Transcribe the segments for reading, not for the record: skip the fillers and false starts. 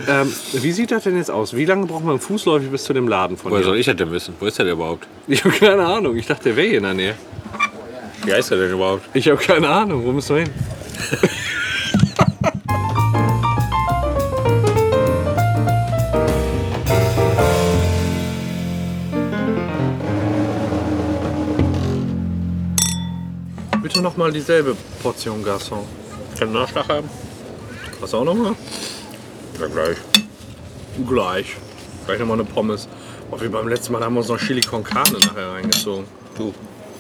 Wie sieht das denn jetzt aus? Wie lange braucht man fußläufig bis zu dem Laden von Woher hier? soll ich das denn wissen? Wo ist der denn überhaupt? Ich habe keine Ahnung. Ich dachte, der wäre hier in der Nähe. Wie heißt der denn überhaupt? Ich habe keine Ahnung. Wo müssen wir hin? Bitte nochmal dieselbe Portion Garçon. Kann einen Nachschlag haben? Was auch nochmal? Ja, gleich. Gleich. Gleich nochmal eine Pommes. Oh, wie beim letzten Mal haben wir uns noch Chili con Carne nachher reingezogen. Du.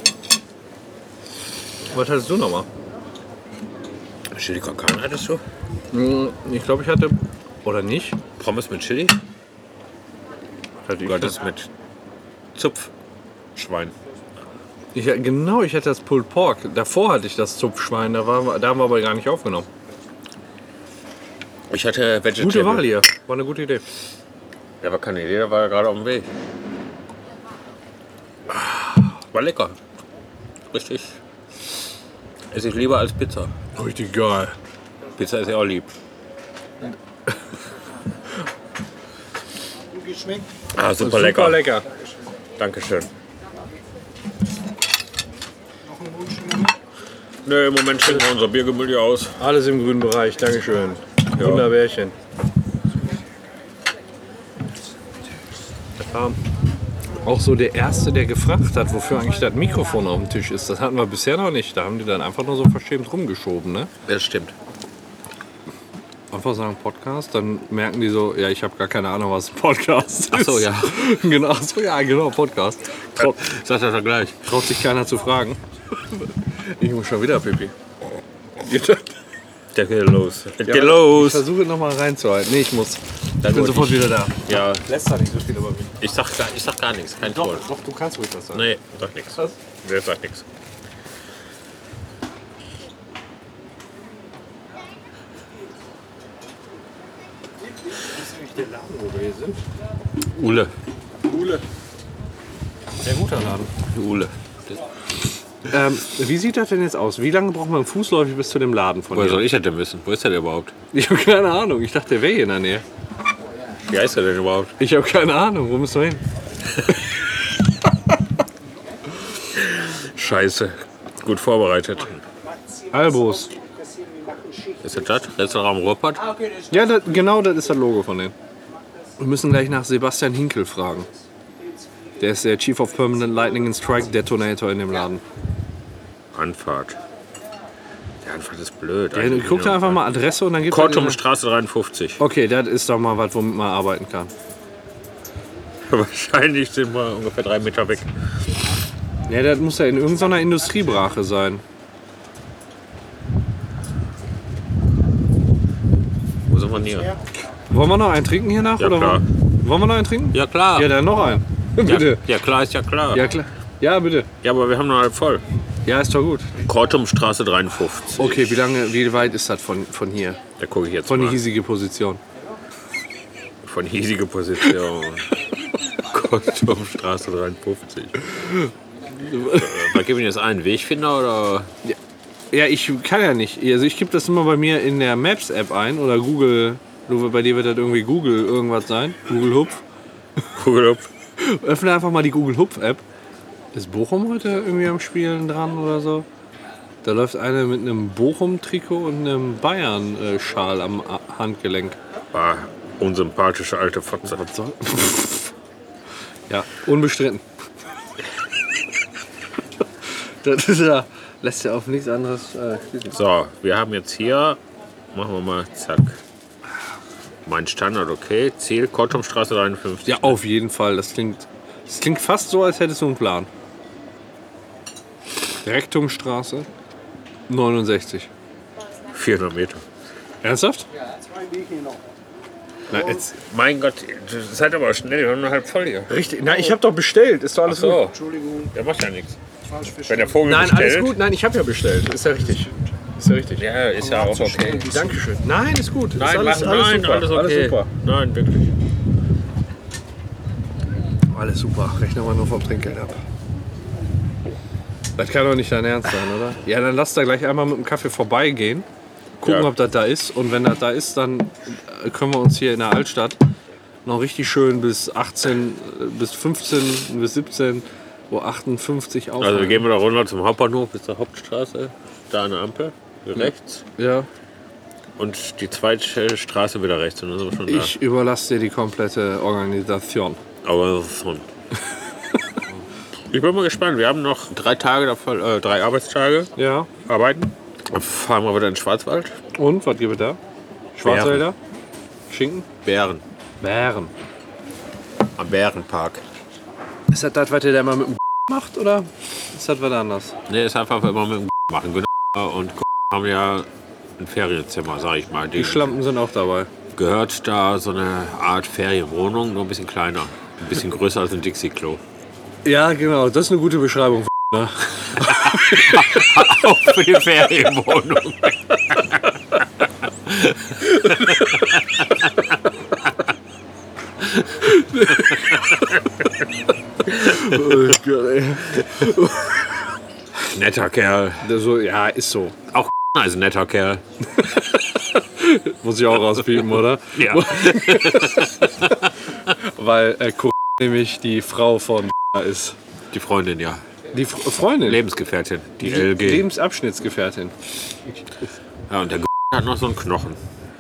Was hattest du nochmal? Chili con Carne hattest du? Ich glaube, ich hatte... Oder nicht? Pommes mit Chili? Hatte Oder das mit Zupfschwein? Genau, ich hatte das Pulled Pork. Davor hatte ich das Zupfschwein. Da haben wir aber gar nicht aufgenommen. Ich hatte Vegetable. Gute Wahl hier. War eine gute Idee. Der war keine Idee, der war gerade auf dem Weg. War lecker. Richtig. Esse ich lieber als Pizza. Richtig geil. Pizza ist ja auch lieb. Geschmeckt. Ah, super lecker. Super lecker. Dankeschön. Noch ein Wunsch? Nö, im Moment schenken wir unser Biergemüse aus. Alles im grünen Bereich. Dankeschön. Wunderbärchen. Auch so der Erste, der gefragt hat, wofür eigentlich das Mikrofon auf dem Tisch ist. Das hatten wir bisher noch nicht. Da haben die dann einfach nur so verschämt rumgeschoben. Ne? Das stimmt. Einfach sagen Podcast, dann merken die so, ja, ich habe gar keine Ahnung, was ein Podcast ist. Ach so, ja. Genau, so, ja, genau, Podcast. Sag das doch gleich. Traut sich keiner zu fragen. Ich muss schon wieder Pipi. Der geht los. Der geht Ich los. versuche nochmal reinzuhalten. Nee, ich muss. Ich bin gut, sofort wieder da. Ja, Lässt da nicht so viel über mich. ich sag gar nichts. Kein Troll. Doch, du kannst ruhig was sagen. Nee, sag nichts. Was? Der sagt nichts. Ist eigentlich der Laden, wo wir hier sind? Ule. Ule. Sehr guter Laden. Ule. Wie sieht das denn jetzt aus? Wie lange braucht man fußläufig bis zu dem Laden von Woher hier? soll ich das denn wissen? Wo ist der denn überhaupt? Ich habe keine Ahnung. Ich dachte, der wäre hier in der Nähe. Wie heißt der denn überhaupt? Ich habe keine Ahnung. Wo müssen wir hin? Scheiße. Gut vorbereitet. Albus. Ist das das? Restaurant Ruhrpott? Ja, genau das ist das Logo von denen. Wir müssen gleich nach Sebastian Hinkel fragen. Der ist der Chief of Permanent Lightning and Strike Detonator in dem Laden. Anfahrt. Die Anfahrt ist blöd. Ja, guck da einfach mal Adresse und dann gibt Kortumstraße 53. Okay, das ist doch mal was, womit man arbeiten kann. Wahrscheinlich sind wir ungefähr 3 Meter weg. Ja, das muss ja in irgendeiner Industriebrache sein. Wo sind wir denn hier? Wollen wir noch einen trinken hier nach? Ja, oder klar. Wollen wir noch einen trinken? Ja, klar. Ja, dann noch einen. Bitte. Ja, klar, ist ja klar. Ja, klar. Ja, bitte. Ja, aber wir haben noch halb voll. Ja, ist doch gut. Kortumstraße 53. Okay, wie weit ist das von hier? Da gucke ich jetzt Von die mal. hiesige Position. Von hiesige Position. Kortumstraße 53. Was gebe ich jetzt ein? Wegfinder oder? Ja, ich kann ja nicht. Also ich gebe das immer bei mir in der Maps-App ein oder Google. Nur bei dir wird das irgendwie Google irgendwas sein. Google Hupf. Google. Öffne einfach mal die Google Hupf-App. Ist Bochum heute irgendwie am Spielen dran oder so? Da läuft eine mit einem Bochum-Trikot und einem Bayern-Schal am Handgelenk. Ah, unsympathische alte Fotze. Was soll? Ja, unbestritten. Das ist ja, lässt ja auf nichts anderes schließen. So, wir haben jetzt hier, machen wir mal, zack. Mein Standard, okay. Ziel, Kortumstraße 53. Ja, auf jeden Fall. Das klingt fast so, als hättest du einen Plan. Rektumstraße 69. 400 Meter. Ernsthaft? Zwei Wege noch. Na, jetzt. Mein Gott, ihr seid aber schnell, wir haben nur halb voll hier. Richtig. Na, ich habe doch bestellt. Ist doch alles So, Entschuldigung, der macht ja nichts. falsch Wenn verstanden. der Vogel Nein, bestellt. alles gut. Nein, ich habe ja bestellt. Ist ja richtig. Ist ja richtig. Ja, ist ja auch okay. Dankeschön. Nein, ist gut. Nein, ist nein, super. alles okay. Alles super. Nein, wirklich. Alles super. Rechne mal nur vom Trinkgeld ab. Das kann doch nicht dein Ernst sein, oder? Ja, dann lass da gleich einmal mit dem Kaffee vorbeigehen gucken, Ja. ob das da ist. Und wenn das da ist, dann können wir uns hier in der Altstadt noch richtig schön bis 18, bis 15, bis 17, Uhr 58 aufhalten. Also wir gehen wieder runter zum Hauptbahnhof bis zur Hauptstraße. Da eine Ampel, rechts. Ja, Und die zweite Straße wieder rechts. Und dann sind wir schon ich überlasse dir die komplette Organisation. da. Aber schon. Ich bin mal gespannt. Wir haben noch 3 Tage, 3 Arbeitstage Ja. arbeiten. Dann fahren wir wieder in den Schwarzwald. Und, was gibt es da? Schwarzwälder? Schinken? Bären. Bären. Am Bärenpark. Ist das, was ihr da mal mit dem macht, oder ist das was anderes? Ne, ist einfach immer mit dem machen. Günther und haben ja ein Ferienzimmer, sag ich mal. Die Schlampen sind auch dabei. Gehört da so eine Art Ferienwohnung, nur ein bisschen kleiner. Ein bisschen größer als ein Dixie-Klo. Ja, genau, das ist eine gute Beschreibung. Ne? Auch für die Ferienwohnung. Oh Gott, ey. Netter Kerl. So, ja, ist so. Auch ist ein netter Kerl. Muss ich auch rauspiepen, oder? Ja. Weil nämlich die Frau von ist. Die Freundin, ja. Die Freundin. Lebensgefährtin. Die Die LG. Lebensabschnittsgefährtin. Ja, und der hat noch so einen Knochen.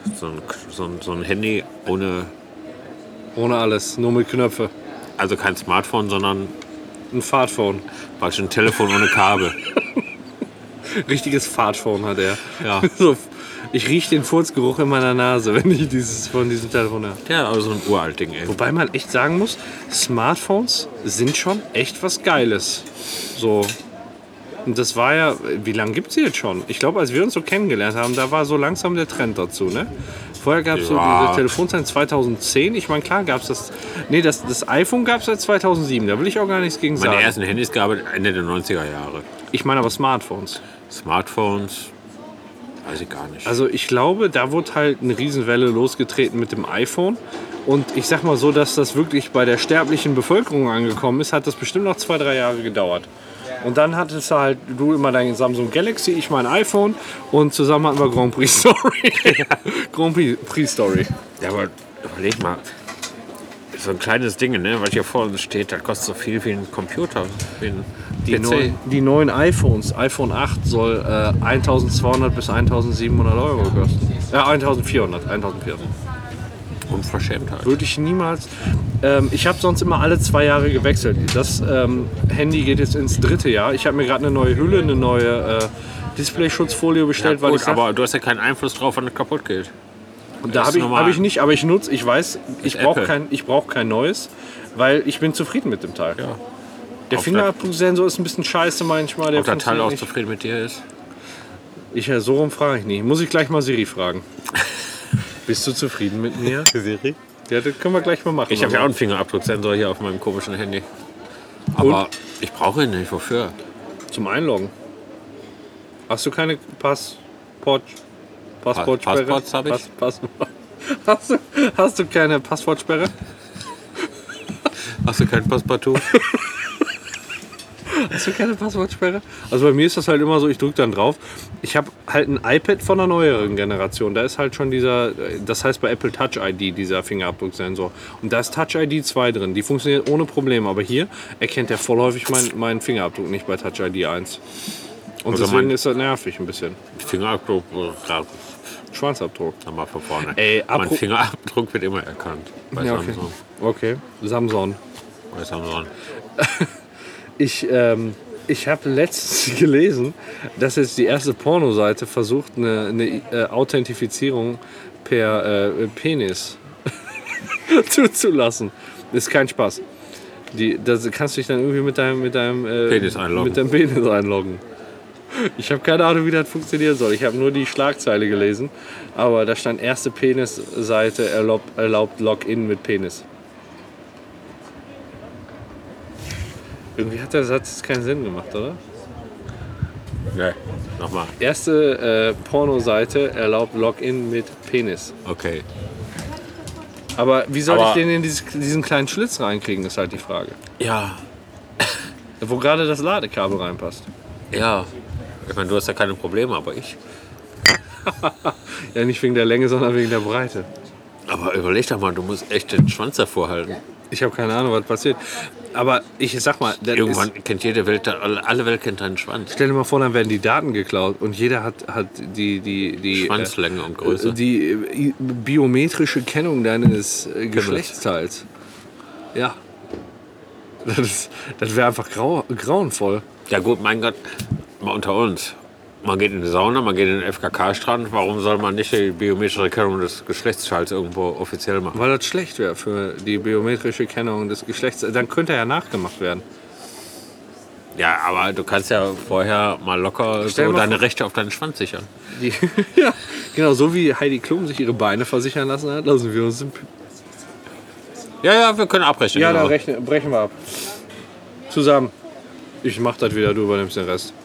So ein Handy ohne, Ohne alles, nur mit Knöpfe. also kein Smartphone, sondern Ein Fahrtphone. praktisch ein Telefon ohne Kabel. Richtiges Fahrtphone hat er. Ja. So, ich rieche den Furzgeruch in meiner Nase, wenn ich von diesem Telefon habe. Ja, also so ein uralt Ding, ey. Wobei man echt sagen muss, Smartphones sind schon echt was Geiles. So. Und das war ja, wie lange gibt es die jetzt schon? Ich glaube, als wir uns so kennengelernt haben, da war so langsam der Trend dazu, ne? Vorher gab es so Ja. diese Telefonzeit 2010. Ich meine, klar gab es das. Nee, das iPhone gab es seit 2007. Da will ich auch gar nichts gegen sagen. Meine ersten Handys gab es Ende der 90er Jahre. Ich meine aber Smartphones. Smartphones, weiß ich gar nicht. Also ich glaube, da wurde halt eine Riesenwelle losgetreten mit dem iPhone. Und ich sag mal so, dass das wirklich bei der sterblichen Bevölkerung angekommen ist, hat das bestimmt noch 2-3 Jahre gedauert. Und dann hattest du halt, du immer dein Samsung Galaxy, ich mein iPhone und zusammen hatten wir Grand Prix Story. Grand Prix Story. Ja, aber überleg mal. So ein kleines Ding, ne, was hier vor uns steht, das kostet so viel wie ein Computer, wie ein PC. Die neuen iPhones, iPhone 8 soll 1.200 bis 1.700 Euro kosten. Ja, 1.400. Unverschämtheit. Würde ich niemals. Ich habe sonst immer alle 2 Jahre gewechselt. Das Handy geht jetzt ins 3. Jahr. Ich habe mir gerade eine neue Hülle, eine neue Displayschutzfolie bestellt, Ja, weil gut, ich aber du hast ja keinen Einfluss drauf, wenn es kaputt geht. und da ist habe ich, normal. hab ich nicht, aber ich nutze, ich weiß, ich brauche Apple. kein neues, weil ich bin zufrieden mit dem Teil. Ja. Der Ob Fingerabdrucksensor ist ein bisschen scheiße manchmal. Ob der Teil funktioniert auch nicht. zufrieden mit dir ist? So rum frage ich nie. Muss ich gleich mal Siri fragen. Bist du zufrieden mit mir? Siri? Ja, das können wir gleich mal machen. Ich habe ja auch einen Fingerabdrucksensor hier auf meinem komischen Handy. Aber ich brauche ihn nicht. Wofür? Zum Einloggen. Hast du keine Passportsperre? Passports habe ich. Hast du keine Passwortsperre? Hast du kein Passepartout? Hast du keine Passwortsperre? Also bei mir ist das halt immer so, ich drücke dann drauf. Ich habe halt ein iPad von einer neueren Generation. Da ist halt schon dieser, das heißt bei Apple Touch ID, dieser Fingerabdrucksensor. Und da ist Touch ID 2 drin. Die funktioniert ohne Probleme. Aber hier erkennt der vorläufig meinen Fingerabdruck nicht bei Touch ID 1. Und Also deswegen mein- ist das nervig ein bisschen. Fingerabdruck, Schwanzabdruck. nochmal von vorne. Ey, mein Fingerabdruck wird immer erkannt. Bei Ja, okay. Samsung. Okay, Samsung. Bei Samsung. Ich habe letztens gelesen, dass jetzt die erste Pornoseite versucht, eine Authentifizierung per Penis zuzulassen. Das ist kein Spaß. Da kannst du dich dann irgendwie mit deinem Penis einloggen. Mit deinem Penis einloggen. Ich habe keine Ahnung, wie das funktionieren soll. Ich habe nur die Schlagzeile gelesen, aber da stand erste Penisseite erlaubt Login mit Penis. Irgendwie hat der Satz jetzt keinen Sinn gemacht, oder? Ne, nochmal. Erste Pornoseite erlaubt Login mit Penis. Okay. Aber wie soll Aber- ich den in diesen kleinen Schlitz reinkriegen, ist halt die Frage. Ja. Wo gerade das Ladekabel reinpasst. Ja. Ich meine, du hast ja keine Probleme, aber ich. Ja, nicht wegen der Länge, sondern wegen der Breite. Aber überleg doch mal, du musst echt den Schwanz davor halten. Ich habe keine Ahnung, was passiert. Aber ich sag mal, das Irgendwann kennt jede Welt, alle Welt kennt deinen Schwanz. stell dir mal vor, dann werden die Daten geklaut und jeder hat die Schwanzlänge und Größe. die biometrische Kennung deines Geschlechtsteils. Ja. Das wäre einfach grauenvoll. Ja gut, mein Gott, mal unter uns. Man geht in die Sauna, man geht in den FKK-Strand. Warum soll man nicht die biometrische Kennung des Geschlechtsteils irgendwo offiziell machen? Weil das schlecht wäre für die biometrische Kennung des Geschlechts. Dann könnte er ja nachgemacht werden. Ja, aber du kannst ja vorher mal locker Stell so dir mal deine Rechte auf deinen Schwanz sichern. Ja, genau, so wie Heidi Klum sich ihre Beine versichern lassen hat, lassen wir uns Ja, wir können abrechnen. Ja, genau. dann brechen wir ab. Zusammen. Ich mach das wieder, du übernimmst den Rest.